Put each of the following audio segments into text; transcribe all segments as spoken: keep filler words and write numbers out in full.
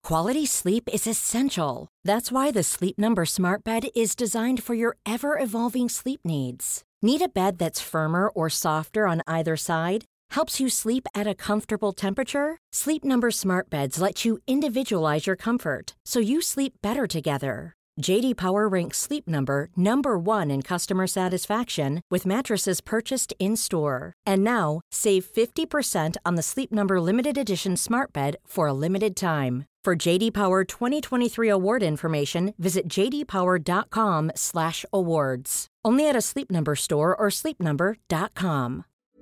Quality sleep is essential. That's why the Sleep Number Smart Bed is designed for your ever-evolving sleep needs. Need a bed that's firmer or softer on either side? Helps you sleep at a comfortable temperature? Sleep Number Smart Beds let you individualize your comfort, so you sleep better together. J D Power ranks Sleep Number number one in customer satisfaction with mattresses purchased in-store. And now, save fifty percent on the Sleep Number Limited Edition Smart Bed for a limited time. For J D Power twenty twenty-three award information, visit j d power dot com slash awards. Only at a Sleep Number store or sleep number dot com.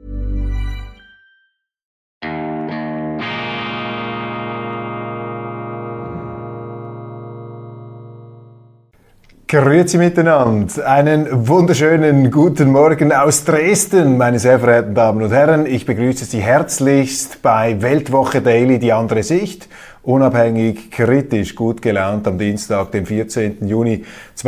Grüezi miteinander. Einen wunderschönen guten Morgen aus Dresden, meine sehr verehrten Damen und Herren. Ich begrüße Sie herzlichst bei Weltwoche Daily, die andere Sicht. Unabhängig, kritisch, gut gelaunt am Dienstag, dem vierzehnten Juni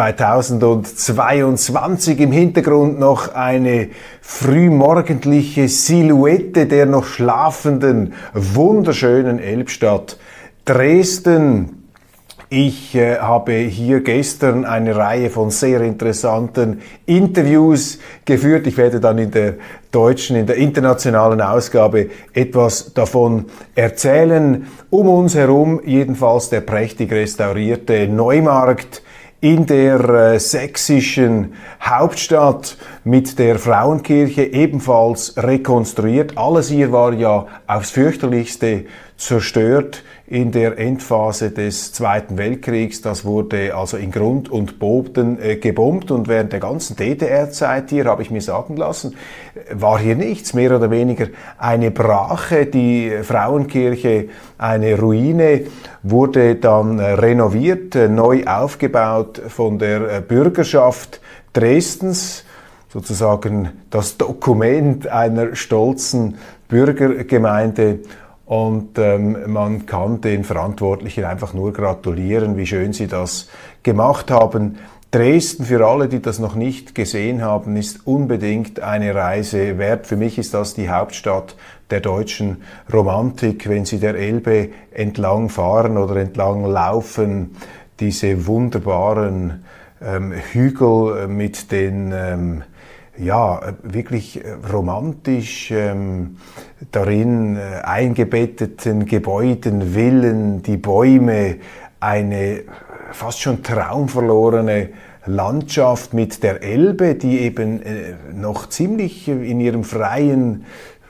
zweitausendzweiundzwanzig. Im Hintergrund noch eine frühmorgendliche Silhouette der noch schlafenden, wunderschönen Elbstadt Dresden. Ich äh, habe hier gestern eine Reihe von sehr interessanten Interviews geführt. Ich werde dann in der deutschen, in der internationalen Ausgabe etwas davon erzählen. Um uns herum jedenfalls der prächtig restaurierte Neumarkt in der äh, sächsischen Hauptstadt mit der Frauenkirche ebenfalls rekonstruiert. Alles hier war ja aufs fürchterlichste zerstört in der Endphase des Zweiten Weltkriegs. Das wurde also in Grund und Boden äh, gebombt und während der ganzen D D R-Zeit hier, habe ich mir sagen lassen, war hier nichts, mehr oder weniger eine Brache. Die Frauenkirche, eine Ruine, wurde dann äh, renoviert, äh, neu aufgebaut von der äh, Bürgerschaft Dresdens, sozusagen das Dokument einer stolzen Bürgergemeinde. Und ähm, man kann den Verantwortlichen einfach nur gratulieren, wie schön sie das gemacht haben. Dresden, für alle, die das noch nicht gesehen haben, ist unbedingt eine Reise wert. Für mich ist das die Hauptstadt der deutschen Romantik. Wenn Sie der Elbe entlang fahren oder entlang laufen, diese wunderbaren ähm, Hügel mit den ähm, ja, wirklich romantisch ähm, darin äh, eingebetteten Gebäuden, Villen, die Bäume, eine fast schon traumverlorene Landschaft mit der Elbe, die eben äh, noch ziemlich in ihrem freien äh,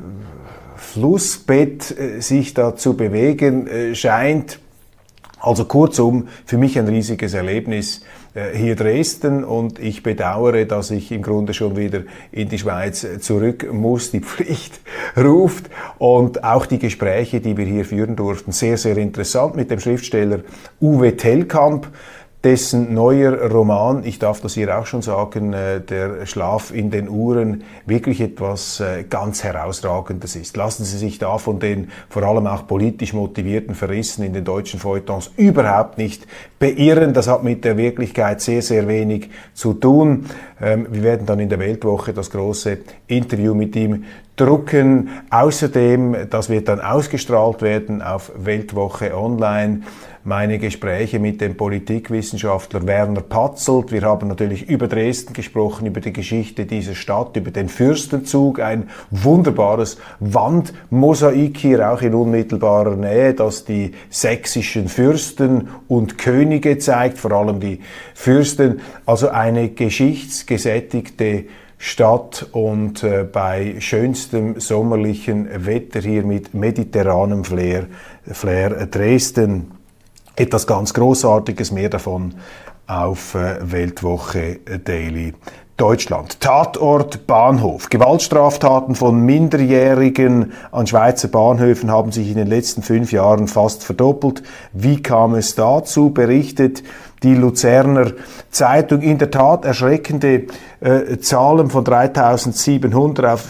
Flussbett äh, sich da zu bewegen äh, scheint. Also kurzum, für mich ein riesiges Erlebnis hier Dresden, und ich bedauere, dass ich im Grunde schon wieder in die Schweiz zurück muss. Die Pflicht ruft, und auch die Gespräche, die wir hier führen durften, sehr, sehr interessant mit dem Schriftsteller Uwe Tellkamp, dessen neuer Roman, ich darf das hier auch schon sagen, der Schlaf in den Uhren, wirklich etwas ganz Herausragendes ist. Lassen Sie sich da von den vor allem auch politisch motivierten Verrissen in den deutschen Feuilletons überhaupt nicht beirren. Das hat mit der Wirklichkeit sehr, sehr wenig zu tun. Wir werden dann in der Weltwoche das große Interview mit ihm drucken. Außerdem, das wird dann ausgestrahlt werden auf Weltwoche Online, meine Gespräche mit dem Politikwissenschaftler Werner Patzelt. Wir haben natürlich über Dresden gesprochen, über die Geschichte dieser Stadt, über den Fürstenzug, ein wunderbares Wandmosaik hier auch in unmittelbarer Nähe, das die sächsischen Fürsten und Könige zeigt, vor allem die Fürsten. Also eine geschichtsgesättigte Stadt, und äh, bei schönstem sommerlichen Wetter hier mit mediterranem Flair, Flair Dresden. Etwas ganz Großartiges, mehr davon auf äh, Weltwoche Daily Deutschland. Tatort Bahnhof. Gewaltstraftaten von Minderjährigen an Schweizer Bahnhöfen haben sich in den letzten fünf Jahren fast verdoppelt. Wie kam es dazu? Berichtet die Luzerner Zeitung. In der Tat erschreckende äh, Zahlen von dreitausendsiebenhundert auf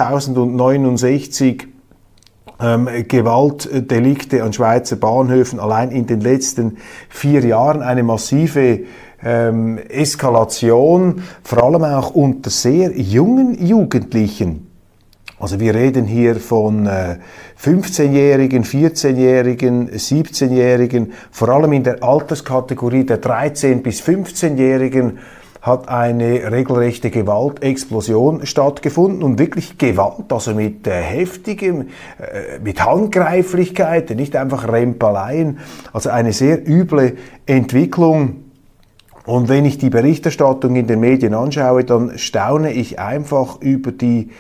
fünftausendneunundsechzig ähm, Gewaltdelikte an Schweizer Bahnhöfen allein in den letzten vier Jahren. Eine massive ähm, Eskalation, vor allem auch unter sehr jungen Jugendlichen. Also wir reden hier von äh, fünfzehnjährigen, vierzehnjährigen, siebzehnjährigen, vor allem in der Alterskategorie der dreizehn- bis fünfzehnjährigen hat eine regelrechte Gewaltexplosion stattgefunden und wirklich Gewalt, also mit äh, heftigem, äh, mit Handgreiflichkeit, nicht einfach Rempeleien, also eine sehr üble Entwicklung. Und wenn ich die Berichterstattung in den Medien anschaue, dann staune ich einfach über die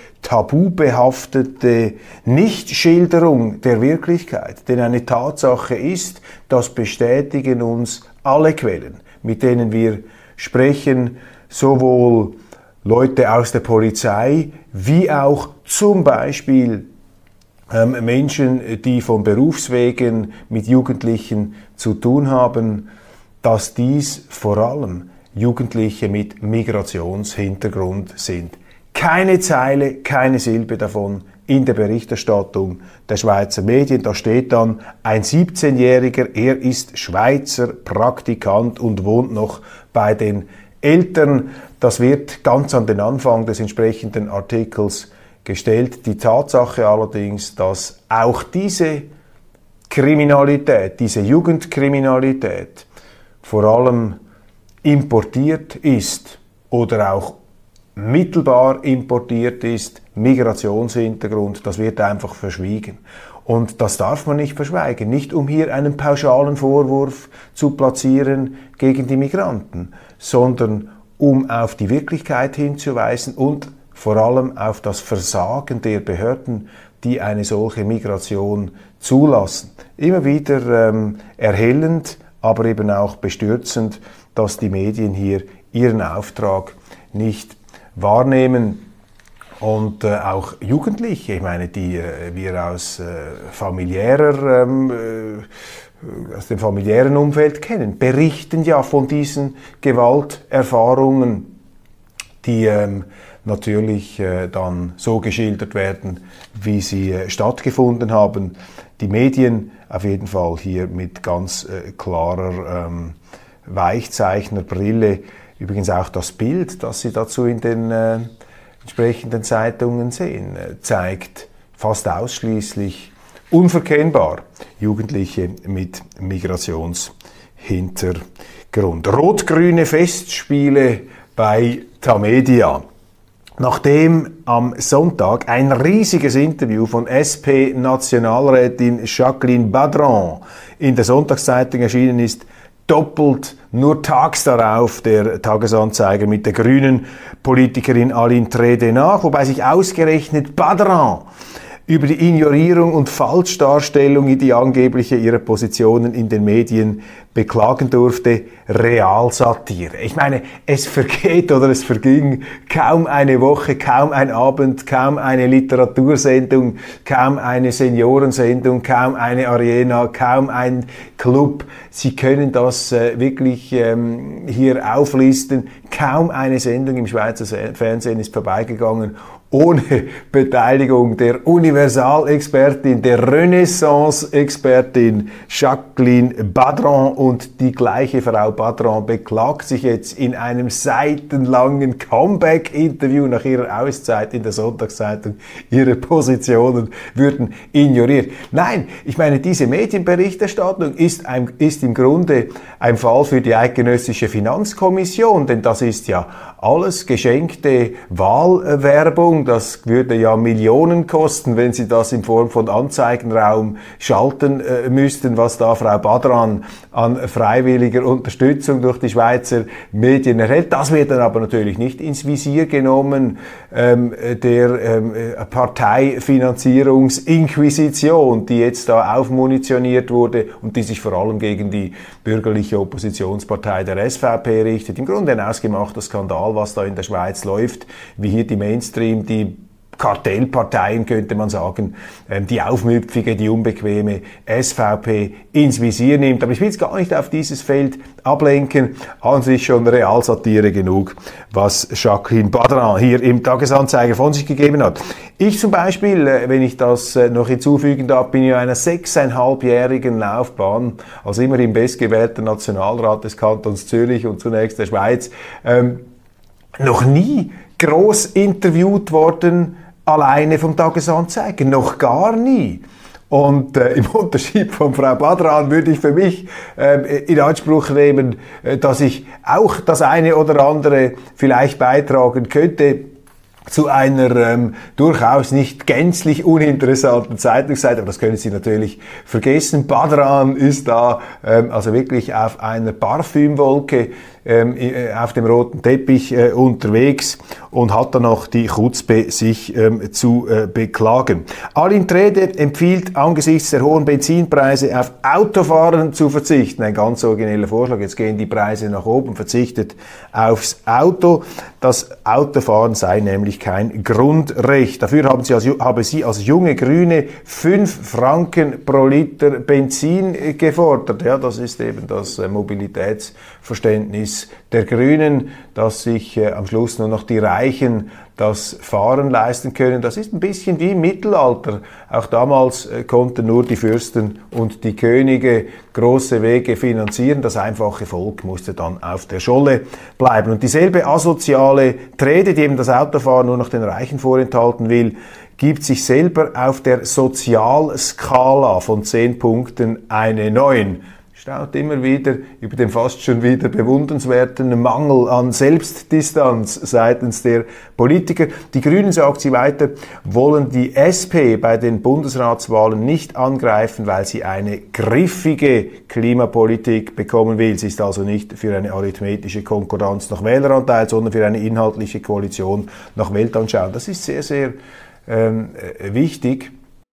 tabubehaftete Nichtschilderung der Wirklichkeit. Denn eine Tatsache ist, das bestätigen uns alle Quellen, mit denen wir sprechen, sowohl Leute aus der Polizei wie auch zum Beispiel ähm, Menschen, die von Berufswegen mit Jugendlichen zu tun haben, dass dies vor allem Jugendliche mit Migrationshintergrund sind. Keine Zeile, keine Silbe davon in der Berichterstattung der Schweizer Medien. Da steht dann ein siebzehnjähriger, er ist Schweizer Praktikant und wohnt noch bei den Eltern. Das wird ganz an den Anfang des entsprechenden Artikels gestellt. Die Tatsache allerdings, dass auch diese Kriminalität, diese Jugendkriminalität vor allem importiert ist oder auch mittelbar importiert ist, Migrationshintergrund, das wird einfach verschwiegen. Und das darf man nicht verschweigen, nicht um hier einen pauschalen Vorwurf zu platzieren gegen die Migranten, sondern um auf die Wirklichkeit hinzuweisen und vor allem auf das Versagen der Behörden, die eine solche Migration zulassen. Immer wieder ähm, erhellend, aber eben auch bestürzend, dass die Medien hier ihren Auftrag nicht wahrnehmen. Und äh, auch Jugendliche, ich meine, die äh, wir aus, äh, familiärer, ähm, äh, aus dem familiären Umfeld kennen, berichten ja von diesen Gewalterfahrungen, die ähm, natürlich äh, dann so geschildert werden, wie sie äh, stattgefunden haben. Die Medien auf jeden Fall hier mit ganz äh, klarer ähm, Weichzeichnerbrille. Übrigens auch das Bild, das Sie dazu in den äh, entsprechenden Zeitungen sehen, äh, zeigt fast ausschließlich unverkennbar Jugendliche mit Migrationshintergrund. Rot-grüne Festspiele bei Tamedia. Nachdem am Sonntag ein riesiges Interview von S P-Nationalrätin Jacqueline Badran in der Sonntagszeitung erschienen ist, doppelt nur tags darauf der Tagesanzeiger mit der grünen Politikerin Aline Trede nach, wobei sich ausgerechnet Badran über die Ignorierung und Falschdarstellung, die angebliche ihrer Positionen in den Medien beklagen durfte, Realsatire. Ich meine, es vergeht oder es verging kaum eine Woche, kaum ein Abend, kaum eine Literatursendung, kaum eine Seniorensendung, kaum eine Arena, kaum ein Club. Sie können das äh, wirklich ähm, hier auflisten. Kaum eine Sendung im Schweizer Fernsehen ist vorbeigegangen ohne Beteiligung der Universalexpertin, der Renaissance-Expertin Jacqueline Badran, und die gleiche Frau Badran beklagt sich jetzt in einem seitenlangen Comeback-Interview nach ihrer Auszeit in der Sonntagszeitung, ihre Positionen würden ignoriert. Nein, ich meine, diese Medienberichterstattung ist, ein, ist im Grunde ein Fall für die Eidgenössische Finanzkommission, denn das ist ja alles geschenkte Wahlwerbung. Das würde ja Millionen kosten, wenn Sie das in Form von Anzeigenraum schalten äh, müssten, was da Frau Badran an freiwilliger Unterstützung durch die Schweizer Medien erhält. Das wird dann aber natürlich nicht ins Visier genommen ähm, der ähm, Parteifinanzierungsinquisition, die jetzt da aufmunitioniert wurde und die sich vor allem gegen die bürgerliche Oppositionspartei der S V P richtet. Im Grunde ein ausgemachter Skandal, was da in der Schweiz läuft, wie hier die Mainstream, die Kartellparteien, könnte man sagen, die aufmüpfige, die unbequeme S V P ins Visier nimmt. Aber ich will jetzt gar nicht auf dieses Feld ablenken. An sich schon Realsatire genug, was Jacqueline Badran hier im Tagesanzeiger von sich gegeben hat. Ich zum Beispiel, wenn ich das noch hinzufügen darf, bin in einer sechseinhalbjährigen Laufbahn, also immerhin bestgewählter Nationalrat des Kantons Zürich und zunächst der Schweiz, ähm, noch nie groß interviewt worden alleine vom Tagesanzeiger, noch gar nie. Und äh, im Unterschied von Frau Badran würde ich für mich äh, in Anspruch nehmen, äh, dass ich auch das eine oder andere vielleicht beitragen könnte zu einer ähm, durchaus nicht gänzlich uninteressanten Zeitungsseite, aber das können Sie natürlich vergessen. Badran ist da ähm, also wirklich auf einer Parfümwolke ähm, auf dem roten Teppich äh, unterwegs und hat dann noch die Chutzpe, sich ähm, zu äh, beklagen. Armin Trede empfiehlt angesichts der hohen Benzinpreise auf Autofahren zu verzichten. Ein ganz origineller Vorschlag. Jetzt gehen die Preise nach oben, verzichtet aufs Auto. Das Autofahren sei nämlich kein Grundrecht. Dafür haben Sie als, habe sie als junge Grüne fünf Franken pro Liter Benzin gefordert. Ja, das ist eben das äh, Mobilitätsverständnis der Grünen, dass sich äh, am Schluss nur noch die Reichen das Fahren leisten können. Das ist ein bisschen wie im Mittelalter. Auch damals äh, konnten nur die Fürsten und die Könige große Wege finanzieren. Das einfache Volk musste dann auf der Scholle bleiben. Und dieselbe asoziale Trede, die eben das Autofahren nur noch den Reichen vorenthalten will, gibt sich selber auf der Sozialskala von zehn Punkten eine neun. Staut immer wieder über den fast schon wieder bewundernswerten Mangel an Selbstdistanz seitens der Politiker. Die Grünen, sagt sie weiter, wollen die S P bei den Bundesratswahlen nicht angreifen, weil sie eine griffige Klimapolitik bekommen will. Sie ist also nicht für eine arithmetische Konkordanz nach Wähleranteil, sondern für eine inhaltliche Koalition nach Weltanschauung. Das ist sehr, sehr ähm, wichtig.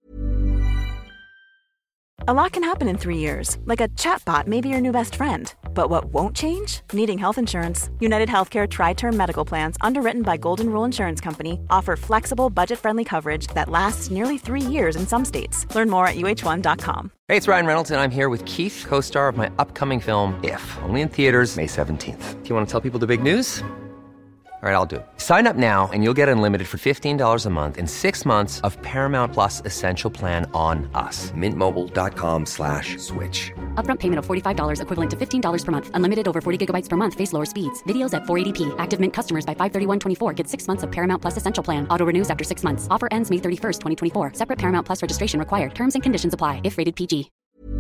A lot can happen in three years, like a chatbot may be your new best friend. But what won't change? Needing health insurance. United Healthcare Tri-Term Medical Plans, underwritten by Golden Rule Insurance Company, offer flexible, budget-friendly coverage that lasts nearly three years in some states. Learn more at U H one dot com. Hey, it's Ryan Reynolds, and I'm here with Keith, co-star of my upcoming film, If, only in theaters May seventeenth. Do you want to tell people the big news? All right, I'll do it. Sign up now and you'll get unlimited for fifteen dollars a month and six months of Paramount Plus Essential Plan on us. Mint Mobile dot com slash switch. Upfront payment of forty-five dollars equivalent to fifteen dollars per month. Unlimited over forty gigabytes per month. Face lower speeds. Videos at four eighty p. Active Mint customers by five thirty-one twenty-four get six months of Paramount Plus Essential Plan. Auto renews after six months. Offer ends May thirty-first, twenty twenty-four. Separate Paramount Plus registration required. Terms and conditions apply if rated P G.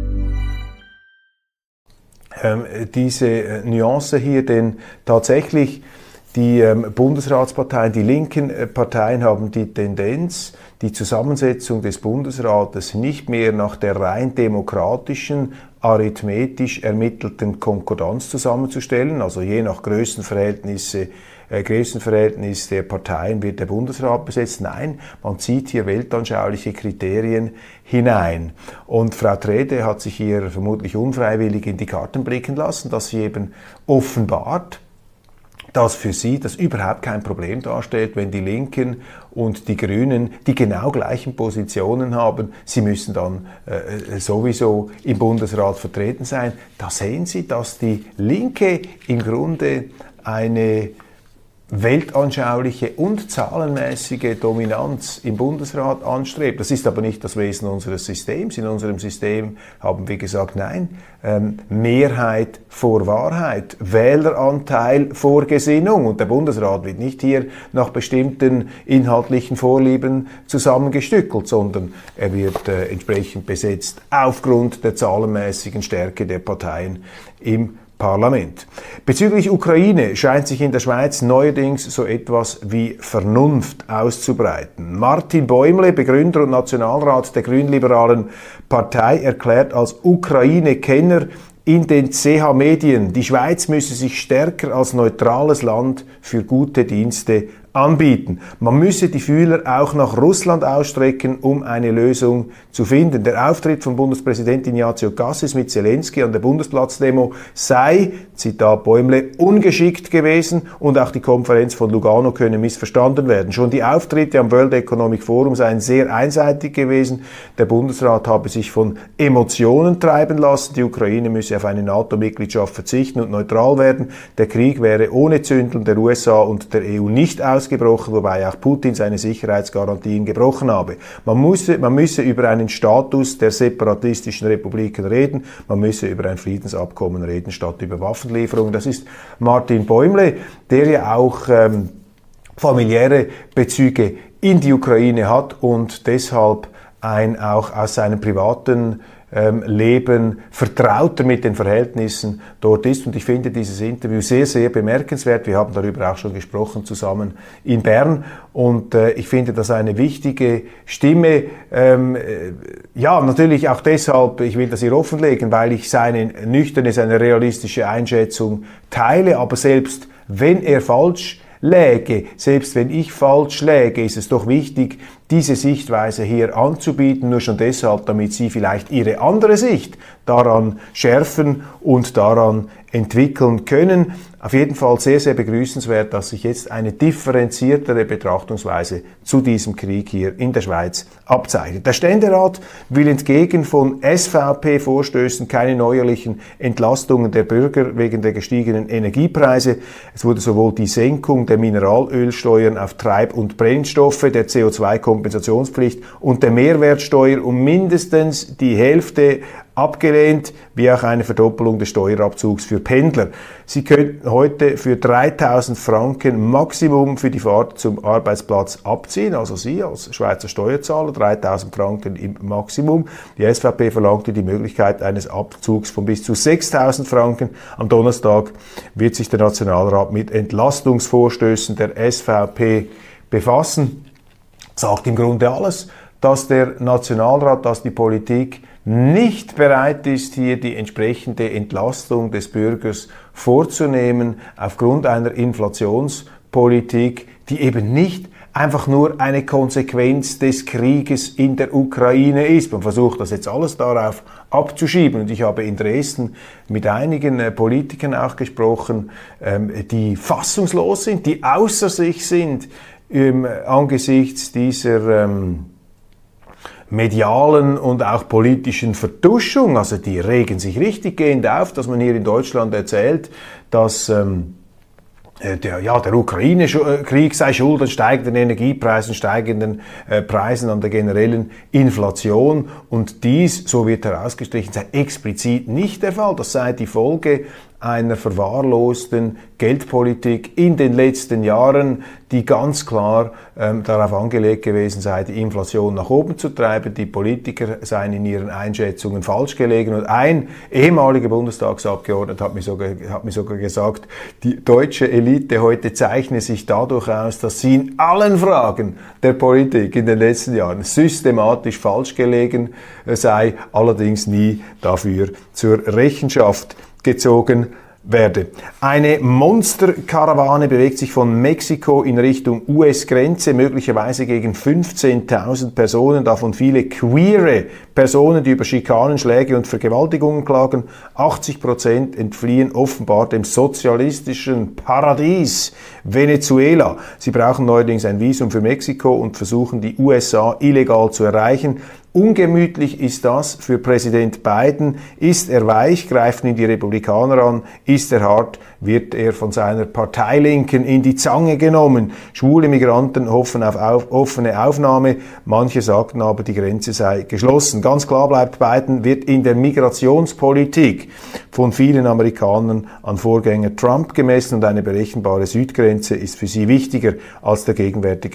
Ähm, diese äh, Nuance hier, denn tatsächlich die ähm, Bundesratsparteien, die linken äh, Parteien haben die Tendenz, die Zusammensetzung des Bundesrates nicht mehr nach der rein demokratischen, arithmetisch ermittelten Konkordanz zusammenzustellen, also je nach Größenverhältnisse, äh, Größenverhältnis der Parteien wird der Bundesrat besetzt. Nein, man zieht hier weltanschauliche Kriterien hinein. Und Frau Trede hat sich hier vermutlich unfreiwillig in die Karten blicken lassen, dass sie eben offenbart, dass für sie das überhaupt kein Problem darstellt, wenn die Linken und die Grünen die genau gleichen Positionen haben. Sie müssen dann äh, sowieso im Bundesrat vertreten sein. Da sehen Sie, dass die Linke im Grunde eine weltanschauliche und zahlenmäßige Dominanz im Bundesrat anstrebt. Das ist aber nicht das Wesen unseres Systems. In unserem System haben wir gesagt, nein, ähm, Mehrheit vor Wahrheit, Wähleranteil vor Gesinnung. Und der Bundesrat wird nicht hier nach bestimmten inhaltlichen Vorlieben zusammengestückelt, sondern er wird äh, entsprechend besetzt aufgrund der zahlenmäßigen Stärke der Parteien im Parlament. Bezüglich Ukraine scheint sich in der Schweiz neuerdings so etwas wie Vernunft auszubreiten. Martin Bäumle, Begründer und Nationalrat der grünliberalen Partei, erklärt als Ukraine-Kenner in den C H Medien, die Schweiz müsse sich stärker als neutrales Land für gute Dienste anbieten. Man müsse die Fühler auch nach Russland ausstrecken, um eine Lösung zu finden. Der Auftritt von Bundespräsident Ignazio Cassis mit Zelensky an der Bundesplatzdemo sei, Zitat Bäumle, ungeschickt gewesen und auch die Konferenz von Lugano könne missverstanden werden. Schon die Auftritte am World Economic Forum seien sehr einseitig gewesen. Der Bundesrat habe sich von Emotionen treiben lassen. Die Ukraine müsse auf eine NATO-Mitgliedschaft verzichten und neutral werden. Der Krieg wäre ohne Zündeln der U S A und der E U nicht aus gebrochen, wobei auch Putin seine Sicherheitsgarantien gebrochen habe. Man müsse, man müsse über einen Status der separatistischen Republiken reden, man müsse über ein Friedensabkommen reden, statt über Waffenlieferungen. Das ist Martin Bäumle, der ja auch ähm, familiäre Bezüge in die Ukraine hat und deshalb ein auch aus seinem privaten ähm, Leben vertrauter mit den Verhältnissen dort ist. Und ich finde dieses Interview sehr, sehr bemerkenswert. Wir haben darüber auch schon gesprochen zusammen in Bern. Und äh, ich finde das eine wichtige Stimme. Ähm, äh, ja, natürlich auch deshalb, ich will das hier offenlegen, weil ich seine nüchterne, seine realistische Einschätzung teile. Aber selbst wenn er falsch läge, selbst wenn ich falsch läge, ist es doch wichtig, diese Sichtweise hier anzubieten, nur schon deshalb, damit Sie vielleicht Ihre andere Sicht daran schärfen und daran entwickeln können. Auf jeden Fall sehr, sehr begrüßenswert, dass sich jetzt eine differenziertere Betrachtungsweise zu diesem Krieg hier in der Schweiz abzeichnet. Der Ständerat will entgegen von S V P-Vorstößen keine neuerlichen Entlastungen der Bürger wegen der gestiegenen Energiepreise. Es wurde sowohl die Senkung der Mineralölsteuern auf Treib- und Brennstoffe, der C O zwei Kompensationspflicht und der Mehrwertsteuer um mindestens die Hälfte abgelehnt, wie auch eine Verdoppelung des Steuerabzugs für Pendler. Sie könnten heute für dreitausend Franken Maximum für die Fahrt zum Arbeitsplatz abziehen, also Sie als Schweizer Steuerzahler, dreitausend Franken im Maximum. Die S V P verlangte die Möglichkeit eines Abzugs von bis zu sechstausend Franken. Am Donnerstag wird sich der Nationalrat mit Entlastungsvorstößen der S V P befassen. Sagt im Grunde alles, dass der Nationalrat, dass die Politik nicht bereit ist, hier die entsprechende Entlastung des Bürgers vorzunehmen, aufgrund einer Inflationspolitik, die eben nicht einfach nur eine Konsequenz des Krieges in der Ukraine ist. Man versucht das jetzt alles darauf abzuschieben. Und ich habe in Dresden mit einigen äh, Politikern auch gesprochen, ähm, die fassungslos sind, die außer sich sind ähm, angesichts dieser ähm, medialen und auch politischen Vertuschung. Also die regen sich richtig gehend auf, dass man hier in Deutschland erzählt, dass ähm, der, ja, der Ukraine-Krieg sei schuld an steigenden Energiepreisen, steigenden äh, Preisen, an der generellen Inflation. Und dies, so wird herausgestrichen, sei explizit nicht der Fall. Das sei die Folge einer verwahrlosten Geldpolitik in den letzten Jahren, die ganz klar ähm, darauf angelegt gewesen sei, die Inflation nach oben zu treiben. Die Politiker seien in ihren Einschätzungen falsch gelegen. Und ein ehemaliger Bundestagsabgeordneter hat mir sogar, hat mir sogar gesagt, die deutsche Elite heute zeichne sich dadurch aus, dass sie in allen Fragen der Politik in den letzten Jahren systematisch falsch gelegen sei, allerdings nie dafür zur Rechenschaft gezogen werde. Eine Monsterkarawane bewegt sich von Mexiko in Richtung U S-Grenze, möglicherweise gegen fünfzehntausend Personen, davon viele queere Personen, die über Schikanen, Schläge und Vergewaltigungen klagen. achtzig Prozent entfliehen offenbar dem sozialistischen Paradies Venezuela. Sie brauchen neuerdings ein Visum für Mexiko und versuchen, die U S A illegal zu erreichen. Ungemütlich ist das für Präsident Biden. Ist er weich, greifen ihn die Republikaner an. Ist er hart, wird er von seiner Parteilinken in die Zange genommen. Schwule Migranten hoffen auf, auf offene Aufnahme. Manche sagten aber, die Grenze sei geschlossen. Ganz klar bleibt, Biden wird in der Migrationspolitik von vielen Amerikanern an Vorgänger Trump gemessen und eine berechenbare Südgrenze ist für sie wichtiger als der gegenwärtige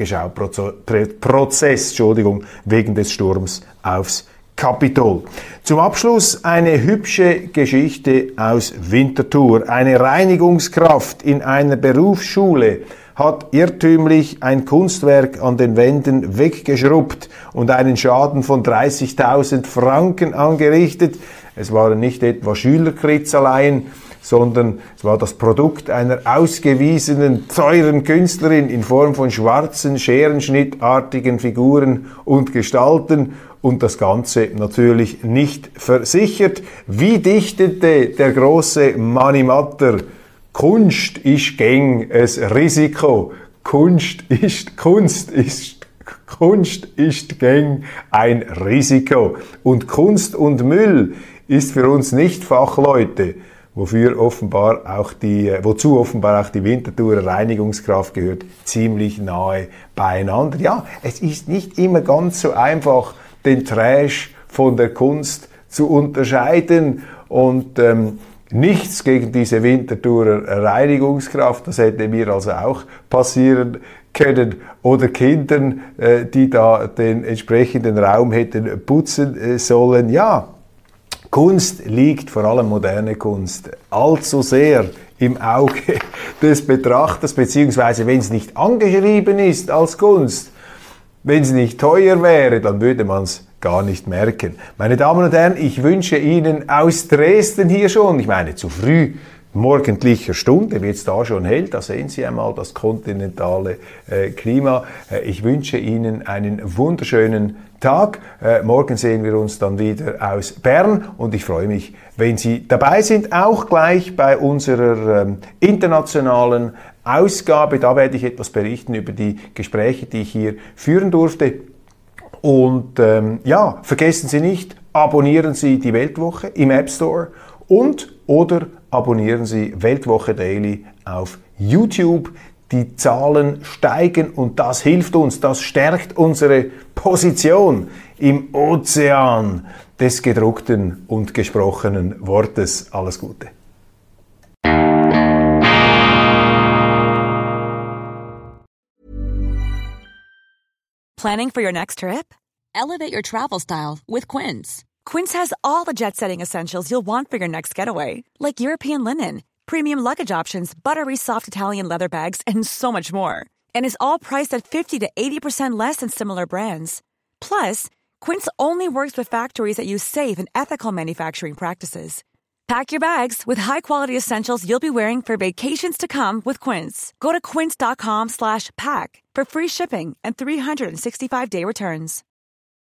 Schauprozess, Entschuldigung, wegen des Sturms aufs Kapitol. Zum Abschluss eine hübsche Geschichte aus Winterthur. Eine Reinigungskraft in einer Berufsschule hat irrtümlich ein Kunstwerk an den Wänden weggeschrubbt und einen Schaden von dreißigtausend Franken angerichtet. Es waren nicht etwa Schülerkritzeleien, sondern es war das Produkt einer ausgewiesenen, teuren Künstlerin in Form von schwarzen, scherenschnittartigen Figuren und Gestalten und das Ganze natürlich nicht versichert. Wie dichtete der große Manimatter? Kunst ist gäng es Risiko. Kunst ist, Kunst ist, Kunst ist gäng ein Risiko. Und Kunst und Müll ist für uns nicht Fachleute, wofür offenbar auch die, wozu offenbar auch die Winterthurer Reinigungskraft gehört, ziemlich nahe beieinander. Ja, es ist nicht immer ganz so einfach, den Trash von der Kunst zu unterscheiden und ähm, nichts gegen diese Winterthurer Reinigungskraft, das hätte mir also auch passieren können, oder Kindern, äh, die da den entsprechenden Raum hätten putzen äh, sollen. Ja, Kunst liegt, vor allem moderne Kunst, allzu sehr im Auge des Betrachters, beziehungsweise wenn es nicht angeschrieben ist als Kunst, wenn es nicht teuer wäre, dann würde man es gar nicht merken. Meine Damen und Herren, ich wünsche Ihnen aus Dresden hier schon, ich meine zu früh, morgendlicher Stunde, wie es da schon hält, da sehen Sie einmal das kontinentale äh, Klima. Äh, ich wünsche Ihnen einen wunderschönen Tag. Äh, morgen sehen wir uns dann wieder aus Bern und ich freue mich, wenn Sie dabei sind, auch gleich bei unserer ähm, internationalen Ausgabe. Da werde ich etwas berichten über die Gespräche, die ich hier führen durfte. Und ähm, ja, vergessen Sie nicht, abonnieren Sie die Weltwoche im App Store und oder abonnieren Sie Weltwoche Daily auf YouTube. Die Zahlen steigen und das hilft uns, das stärkt unsere Position im Ozean des gedruckten und gesprochenen Wortes. Alles Gute. Planning for your next trip? Elevate your travel style with Quince. Quince has all the jet-setting essentials you'll want for your next getaway, like European linen, premium luggage options, buttery soft Italian leather bags, and so much more. And is all priced at fifty to eighty percent less than similar brands. Plus, Quince only works with factories that use safe and ethical manufacturing practices. Pack your bags with high-quality essentials you'll be wearing for vacations to come with Quince. Go to quince.com slash pack for free shipping and three sixty-five day returns.